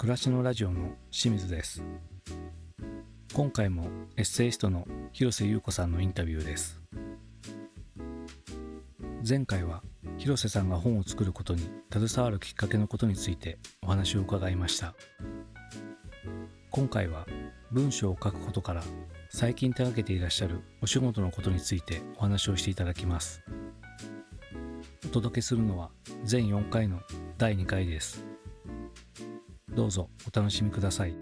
暮らしのラジオの清水です。今回もエッセイストの広瀬優子さんのインタビューです。前回は広瀬さんが本を作ることに携わるきっかけのことについてお話を伺いました。今回は文章を書くことから最近手掛けていらっしゃるお仕事のことについてお話をしていただきます。お届けするのは全4回の第2回です。どうぞお楽しみください。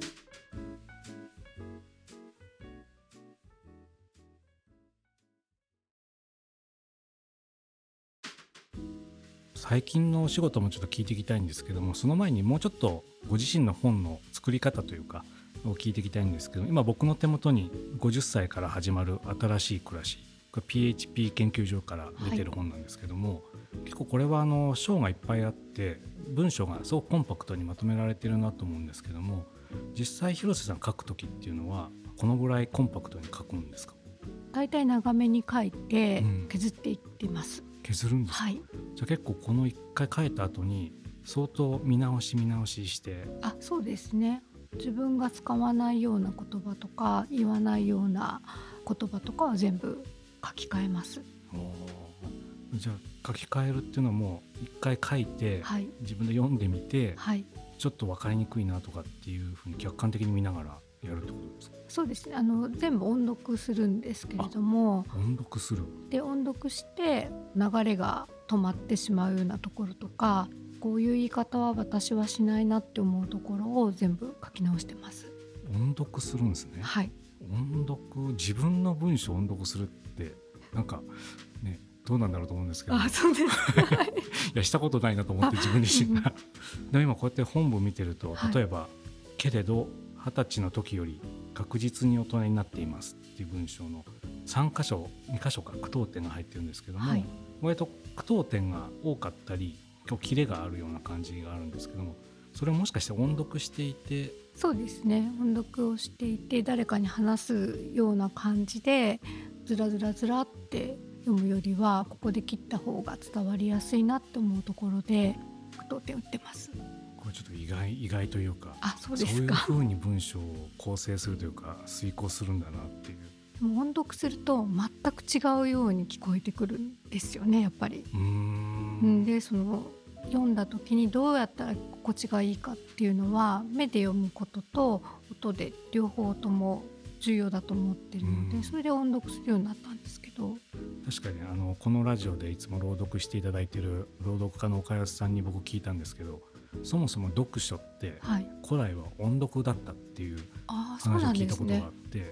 最近のお仕事もちょっと聞いていきたいんですけども、その前にもうちょっとご自身の本の作り方というかを聞いていきたいんですけど、今僕の手元に50歳から始まる新しい暮らし、これ PHP 研究所から出てる本なんですけども、結構これは章がいっぱいあって文章がすごくコンパクトにまとめられてるなと思うんですけども、実際広瀬さん書くときっていうのはこのぐらいコンパクトに書くんですか？ だいたい長めに書いて削っていってます、 削るんですか？はい。じゃあ結構この1回書いた後に相当見直しして。 そうですね。自分が使わないような言葉とか言わないような言葉とかは全部書き換えます。 じゃあ書き換えるっていうのはもう1回書いて、はい、自分で読んでみて、はい、ちょっと分かりにくいなとかっていうふうに客観的に見ながらやるってことですか？ そうですね。全部音読するんですけれども、 音読する。 で音読して流れが止まってしまうようなところとか、こういう言い方は私はしないなって思うところを全部書き直してます。 音読するんですね。 はい。 音読、自分の文章を音読するってなんかね、どうなんだろうと思うんですけど。 そうですか。いやしたことないなと思って自分自身がでも今こうやって本文見てると、例えば、けれど20歳の時より確実に大人になっていますっていう文章の3箇所2箇所か句読点が入ってるんですけども、割と句読点が多かったりキレがあるような感じがあるんですけども、それはもしかして音読していて？ そうですね、音読をしていて誰かに話すような感じでずらずらずらって読むよりは、ここで切った方が伝わりやすいなって思うところで句読点打ってます。 これちょっと意外というか、 そうですか。 そういう風に文章を構成するというか遂行するんだなっていう。 でも音読すると全く違うように聞こえてくるんですよね、やっぱり。でその読んだ時にどうやったら心地がいいかっていうのは目で読むことと音で両方とも重要だと思ってるので、それで音読するようになったんですけど。 確かにこのラジオでいつも朗読していただいている朗読家の岡安さんに僕聞いたんですけど、そもそも読書って、古来は音読だったっていう話を聞いたことがあって、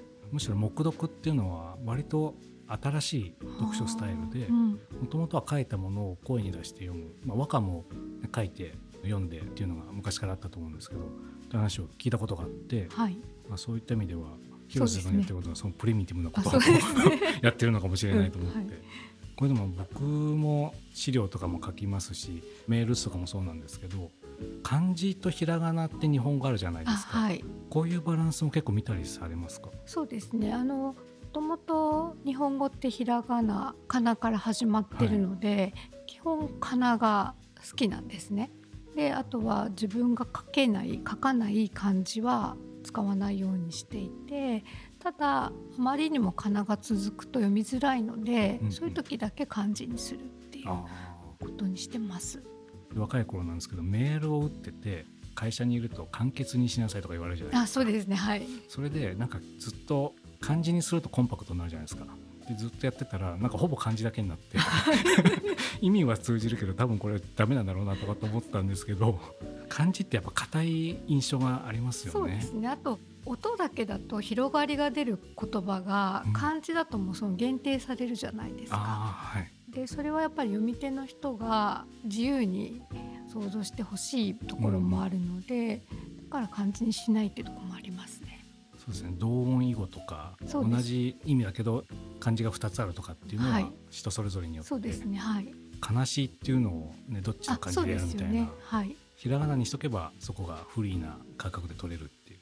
むしろ黙読っていうのは割と新しい読書スタイルで、もともとは書いたものを声に出して読む、和歌も書いて読んでっていうのが昔からあったと思うんですけど、という話を聞いたことがあって、そういった意味では広瀬さんがやってることはそのプリミティブなことをやってるのかもしれないと思って、これでも僕も資料とかも書きますし、メールとかもそうなんですけど、漢字とひらがなって日本語あるじゃないですか。こういうバランスも結構見たりされますか？ そうですね。もともと日本語ってひらがな、かなから始まってるので、基本かなが好きなんですね。であとは自分が書かない漢字は使わないようにしていて、ただあまりにもかなが続くと読みづらいので、そういう時だけ漢字にするっていうことにしてます。 若い頃なんですけど、メールを打ってて会社にいると簡潔にしなさいとか言われるじゃないですか。 そうですね。はい。 それでなんかずっと漢字にするとコンパクトになるじゃないですか。でずっとやってたらなんかほぼ漢字だけになって意味は通じるけど多分これダメなんだろうなとかと思ったんですけど、漢字ってやっぱ硬い印象がありますよね。 そうですね。あと音だけだと広がりが出る言葉が漢字だともうその限定されるじゃないですか。でそれはやっぱり読み手の人が自由に想像してほしいところもあるので、だから漢字にしないっていうところもありますね。 そうですね。同音異語とか同じ意味だけど漢字が2つあるとかっていうのは人それぞれによって、 そうですね。 悲しいっていうのを、どっちの漢字でやるみたいな、ひらがなにしとけばそこがフリーな感覚で取れるっていう、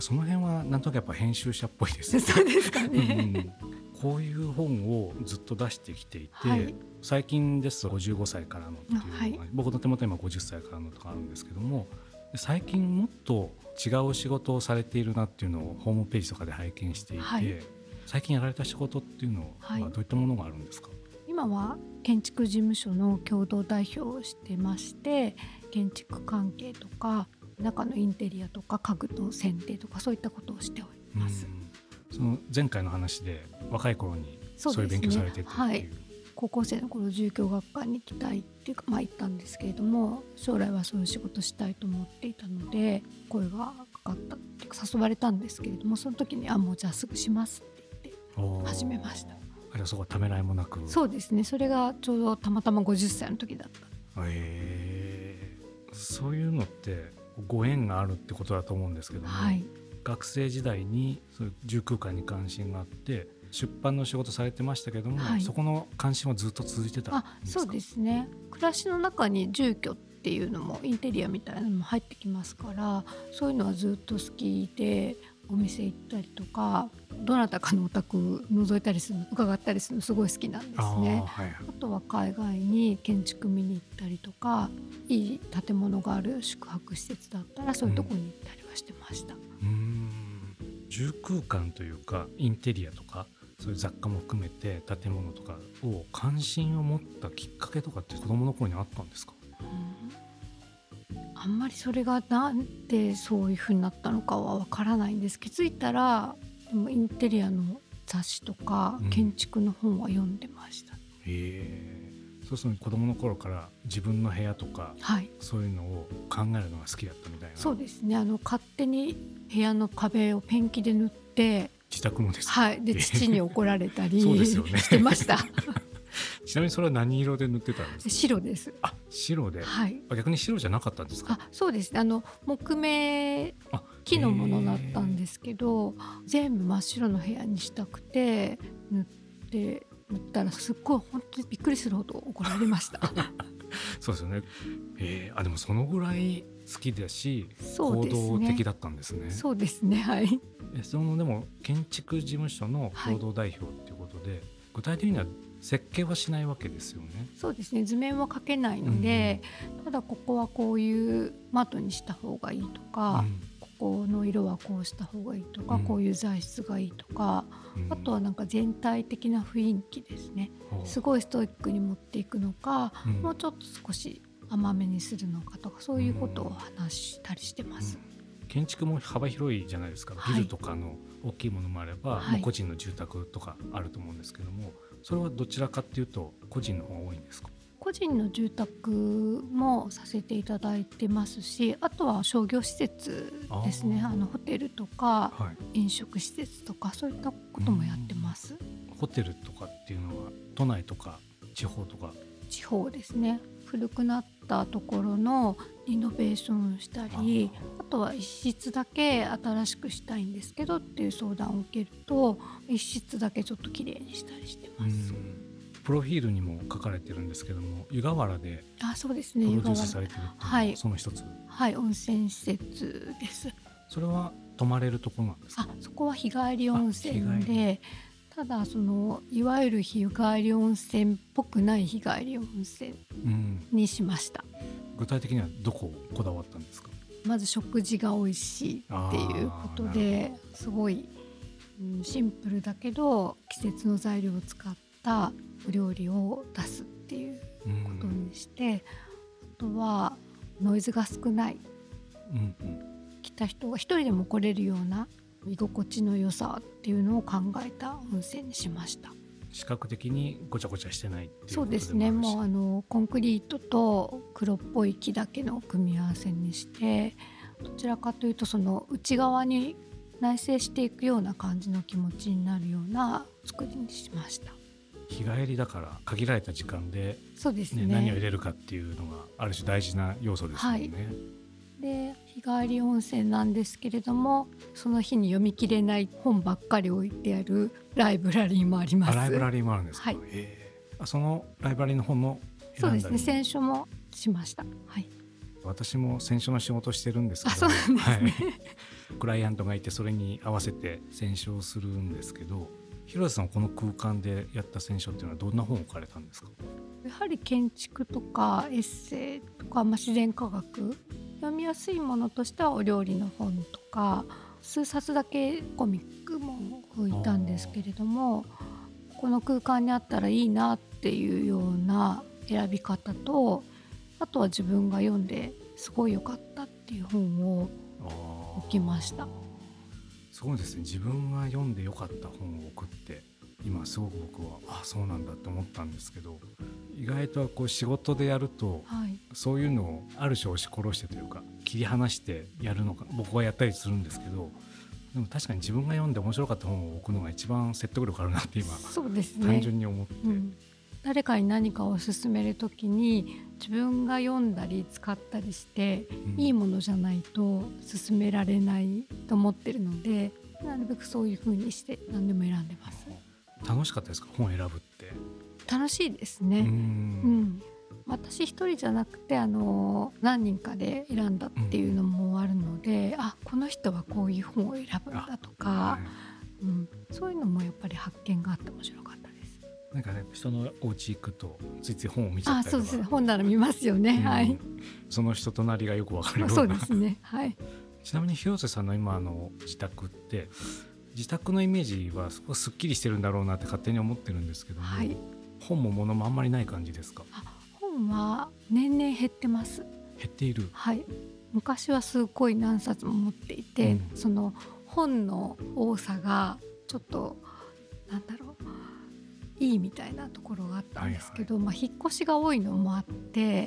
その辺はなんとなくやっぱ編集者っぽいですね。 そうですかね。 こういう本をずっと出してきていて、最近ですと55歳からのっていうのが、僕の手元に今50歳からのとかあるんですけども、 最近もっと違う仕事をされているなっていうのをホームページとかで拝見していて、はい、最近やられた仕事っていうのはどういったものがあるんですか？ 今は建築事務所の共同代表をしてまして、建築関係とか中のインテリアとか家具の選定とかそういったことをしております。 その前回の話で若い頃にそういう勉強されててっていう、はい、 高校生の頃住居学科に行きたいっていうか、行ったんですけれども、将来はそういう仕事したいと思っていたので声がかかったっていうか誘われたんですけれども、その時にもうじゃあすぐしますって言って始めました。 あれはそこはためらいもなく。 そうですね、それがちょうどたまたま50歳の時だった。 そういうのってご縁があるってことだと思うんですけども、はい、学生時代にそういう住空間に関心があって出版の仕事されてましたけども、はい、そこの関心はずっと続いてたんですか？ そうですね、暮らしの中に住居っていうのもインテリアみたいなのも入ってきますから、そういうのはずっと好きで、お店行ったりとかどなたかのお宅覗いたりするの伺ったりするのすごい好きなんですね。あとは海外に建築見に行ったりとか、いい建物がある宿泊施設だったらそういうところに行ったりはしてました。 住空間というかインテリアとかそういう雑貨も含めて建物とかを関心を持ったきっかけとかって子どもの頃にあったんですか？ あんまりそれがなんでそういう風になったのかはわからないんですけど、気づいたらでもインテリアの雑誌とか建築の本は読んでました。 そうすると子どもの頃から自分の部屋とか、はい、そういうのを考えるのが好きだったみたいな。 そうですね、勝手に部屋の壁をペンキで塗って自宅のですか？ はい、で父に怒られたりそうですよねしてましたちなみにそれは何色で塗ってたんですか？ 白です。 白で、 はい、 逆に白じゃなかったんですか？ そうですね、木目木のものだったんですけど、全部真っ白の部屋にしたくて塗ったらすっごい本当にびっくりするほど怒られましたそうですよね。でもそのぐらい好きだし、行動的だったんですね。 そうですね、はい。 でも建築事務所の共同代表っていうことで、はい、具体的には設計はしないわけですよね。 そうですね、図面は描けないので、ただここはこういうマットにした方がいいとか、ここの色はこうした方がいいとか、こういう材質がいいとか、あとはなんか全体的な雰囲気ですね。すごいストイックに持っていくのか、もうちょっと少し甘めにするのかとか、そういうことを話したりしてます。 建築も幅広いじゃないですか。ビルとかの大きいものもあれば、はい、個人の住宅とかあると思うんですけども、それはどちらかっていうと個人の方が多いんですか？ 個人の住宅もさせていただいてますし、あとは商業施設ですね、ホテルとか、はい、飲食施設とかそういったこともやってます。 ホテルとかっていうのは都内とか地方とか？ 地方ですね。古くなったところのリノベーションしたり、あとは一室だけ新しくしたいんですけどっていう相談を受けると、一室だけちょっときれいにしたりしてます。 プロフィールにも書かれてるんですけども、湯河原でそうですね、 プロデュースされてるっていうのは、はい、その一つ。 はい、温泉施設です。 それは泊まれるところなんですか？ そこは日帰り温泉で、ただいわゆる日帰り温泉っぽくない日帰り温泉にしました。 具体的にはどこをこだわったんですか？ まず食事が美味しいっていうことで、すごい、シンプルだけど季節の材料を使ったお料理を出すっていうことにして、あとはノイズが少ない、来た人が一人でも来れるような居心地の良さっていうのを考えた温泉にしました。 視覚的にごちゃごちゃしてないっていうことでもあるし。 そうですね、もうコンクリートと黒っぽい木だけの組み合わせにして、どちらかというと内側に内省していくような感じの気持ちになるような作りにしました。 日帰りだから限られた時間で、 そうですね、 何を入れるかっていうのがある種大事な要素ですよね。はい、 で日帰り温泉なんですけれども、その日に読み切れない本ばっかり置いてあるライブラリーもあります。 ライブラリーもあるんですか？はい、そのライブラリーの本のそうですね、選書もしました。はい、 私も選書の仕事してるんですけど、 そうなんですね、はい、 クライアントがいてそれに合わせて選書をするんですけど、広瀬さんはこの空間でやった選書っていうのはどんな本を書かれたんですか？ やはり建築とかエッセイとか、自然科学読みやすいものとしてはお料理の本とか、数冊だけコミックも置いたんですけれども、この空間にあったらいいなっていうような選び方と、あとは自分が読んですごい良かったっていう本を置きました。 すごいですね。自分が読んで良かった本を置くって今すごく僕はそうなんだって思ったんですけど、意外とこう仕事でやると、はい、そういうのをある種押し殺してというか切り離してやるのが僕はやったりするんですけど、でも確かに自分が読んで面白かった本を置くのが一番説得力あるなって今、 そうですね、 単純に思って、 誰かに何かを勧めるときに自分が読んだり使ったりして、いいものじゃないと勧められないと思ってるので、なるべくそういう風にして何でも選んでます。 楽しかったですか、本選ぶって？ 楽しいですね。私一人じゃなくて何人かで選んだっていうのもあるので、この人はこういう本を選ぶんだとか、そういうのもやっぱり発見があって面白かったです。 なんかね、人のお家行くとついつい本を見ちゃったりとか。 そうですね、本なら見ますよね、はい。 その人となりがよくわかるような、 そうですね、はい。 ちなみに広瀬さんの今の自宅って自宅のイメージはすごくすっきりしてるんだろうなって勝手に思ってるんですけども、はい、本も物もあんまりない感じですか？ 本は年々減ってます。減っている？ はい。昔はすごい何冊も持っていて、その本の多さがちょっといいみたいなところがあったんですけど、引っ越しが多いのもあって、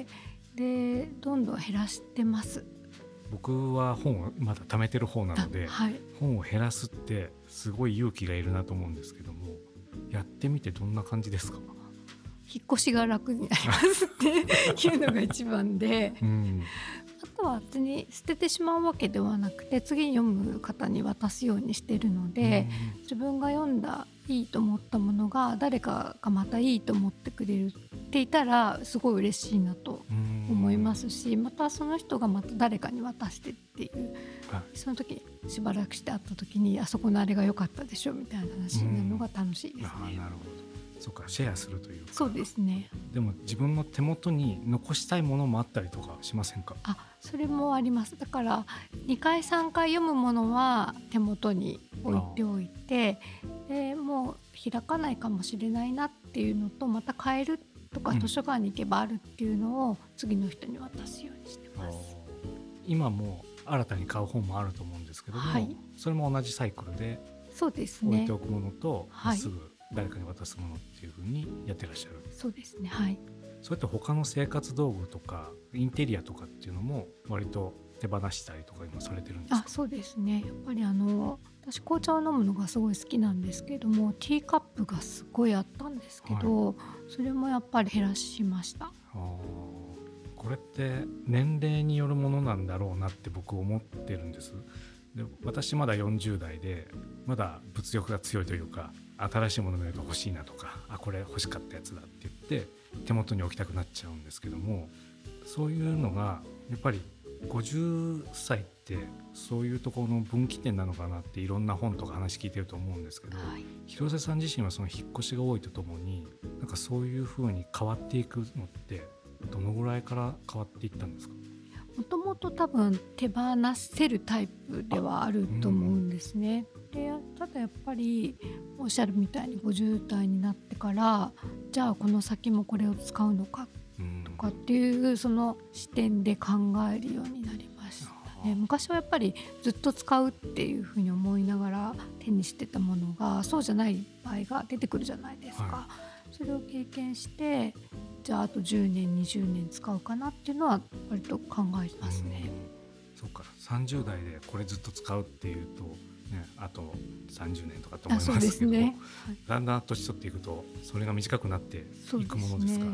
でどんどん減らしてます。 僕は本をまだ貯めてる方なので、本を減らすってすごい勇気がいるなと思うんですけども、やってみてどんな感じですか？ 引っ越しが楽になりますっていうのが一番で、あとは別に捨ててしまうわけではなくて、次に読む方に渡すようにしているので、自分が読んだいいと思ったものが誰かがまたいいと思ってくれるっていたらすごい嬉しいなと思いますし、またその人がまた誰かに渡してっていう、その時しばらくして会った時にあそこのあれが良かったでしょみたいな話になるのが楽しいですね。 なるほど。そうか、シェアするというか。 そうですね。 でも自分の手元に残したいものもあったりとかしませんか？ それもあります。だから2回3回読むものは手元に置いておいて、でもう開かないかもしれないなっていうのと、また買えるとか図書館に行けばあるっていうのを次の人に渡すようにしてます。 今も新たに買う本もあると思うんですけども、それも同じサイクルで置いておくものと、すぐ誰かに渡すものっていう風にやってらっしゃる？そうですね、はい。それって他の生活道具とかインテリアとかっていうのも割と手放したりとか今されてるんですか？ そうですね。やっぱり私紅茶を飲むのがすごい好きなんですけども、ティーカップがすごいあったんですけど、それもやっぱり減らしました。 これって年齢によるものなんだろうなって僕思ってるんです。で、私まだ40代でまだ物欲が強いというか、新しいもの見ると欲しいなとか、これ欲しかったやつだって言って手元に置きたくなっちゃうんですけども、そういうのがやっぱり50歳ってそういうところの分岐点なのかなっていろんな本とか話聞いてると思うんですけど、広瀬さん自身はその引っ越しが多いとともになんかそういう風に変わっていくのってどのぐらいから変わっていったんですか？ もともと多分手放せるタイプではあると思うんですね。で、ただやっぱりおっしゃるみたいに50代になってから、じゃあこの先もこれを使うのかとかっていうその視点で考えるようになりましたね。昔はやっぱりずっと使うっていうふうに思いながら手にしてたものがそうじゃない場合が出てくるじゃないですか。それを経験して、じゃああと10年20年使うかなっていうのは割と考えますね。 そうか、30代でこれずっと使うっていうと、あと30年とかと思いますけど、だんだん年取っていくとそれが短くなっていくものですから、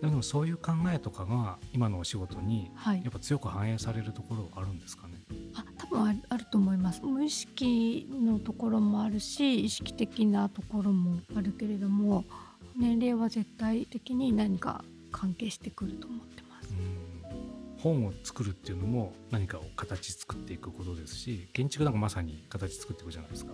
でもそういう考えとかが今のお仕事にやっぱ強く反映されるところあるんですかね？ 多分あると思います。無意識のところもあるし、意識的なところもあるけれども、年齢は絶対的に何か関係してくると思ってます。 本を作るっていうのも何かを形作っていくことですし、建築なんかまさに形作っていくじゃないですか。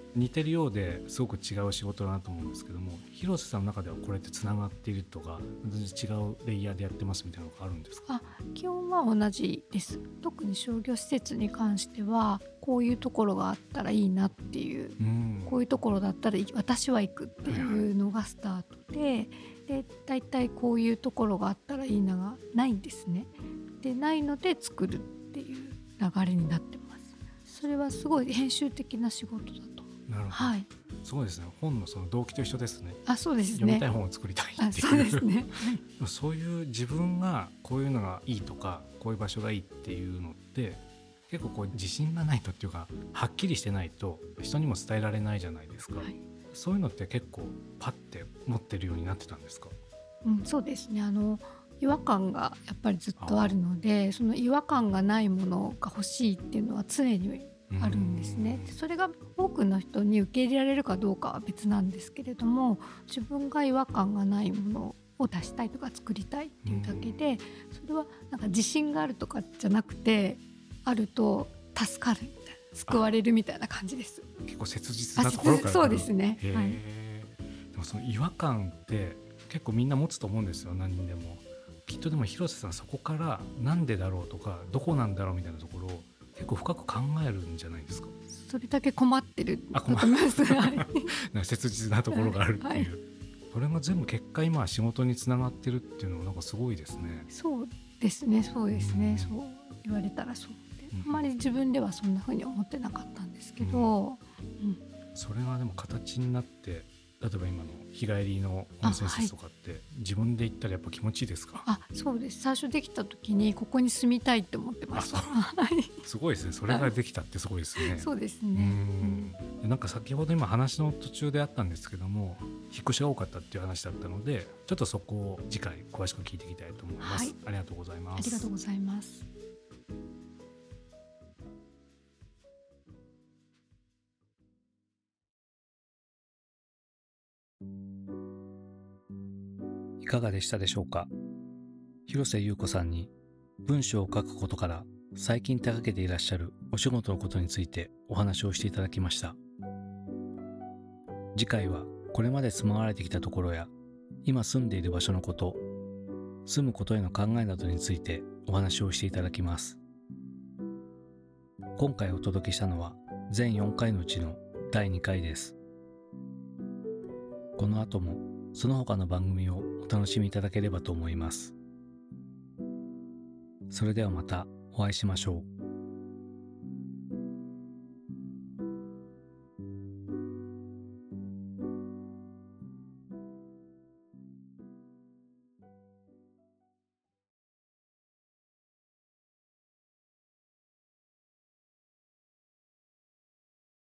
似てるようですごく違う仕事だなと思うんですけども、広瀬さんの中ではこれってつながっているとか全然違うレイヤーでやってますみたいなのがあるんですか？ 基本は同じです。特に商業施設に関してはこういうところがあったらいいなっていう、こういうところだったら私は行くっていうのがスタートで、だいたいこういうところがあったらいいながないんですね。でないので作るっていう流れになってます。それはすごい編集的な仕事だと。 なるほど、はい、すごいですね。本のその動機と一緒ですね。 そうですね。 読みたい本を作りたいっていう。 そうですね。 そういう自分がこういうのがいいとかこういう場所がいいっていうのって結構こう自信がないとっていうかはっきりしてないと人にも伝えられないじゃないですか、はい、そういうのって結構パッて持ってるようになってたんですか？ そうですね。違和感がやっぱりずっとあるので、その違和感がないものが欲しいっていうのは常にあるんですね。それが多くの人に受け入れられるかどうかは別なんですけれども、自分が違和感がないものを出したいとか作りたいっていうだけで、それはなんか自信があるとかじゃなくて、あると助かるみたいな、救われるみたいな感じです。 結構切実なところから。 そうですね、はい、 でもその違和感って結構みんな持つと思うんですよ、何人でも。きっとでも広瀬さんそこからなんでだろうとかどこなんだろうみたいなところを結構深く考えるんじゃないですか？ それだけ困ってると思います。 切実なところがあるっていう、はい、それが全部結果今仕事につながってるっていうのはなんかすごいですね。 そうですね、そうですね、そう言われたらそうで、あまり自分ではそんな風に思ってなかったんですけど、 それがでも形になって、例えば今の日帰りの温泉施設とかって、はい、自分で行ったらやっぱ気持ちいいですか？ そうです。最初できた時にここに住みたいって思ってました。 すごいですね。それができたってすごいですね。 そうですね。 なんか先ほど今話の途中であったんですけども、引っ越しが多かったっていう話だったので、ちょっとそこを次回詳しく聞いていきたいと思います、はい、ありがとうございます。 ありがとうございます。 いかがでしたでしょうか？広瀬優子さんに文章を書くことから最近手掛けていらっしゃるお仕事のことについてお話をしていただきました。次回はこれまで住まわれてきたところや今住んでいる場所のこと、住むことへの考えなどについてお話をしていただきます。今回お届けしたのは全4回のうちの第2回です。この後もその他の番組をお楽しみいただければと思います。それではまたお会いしましょう。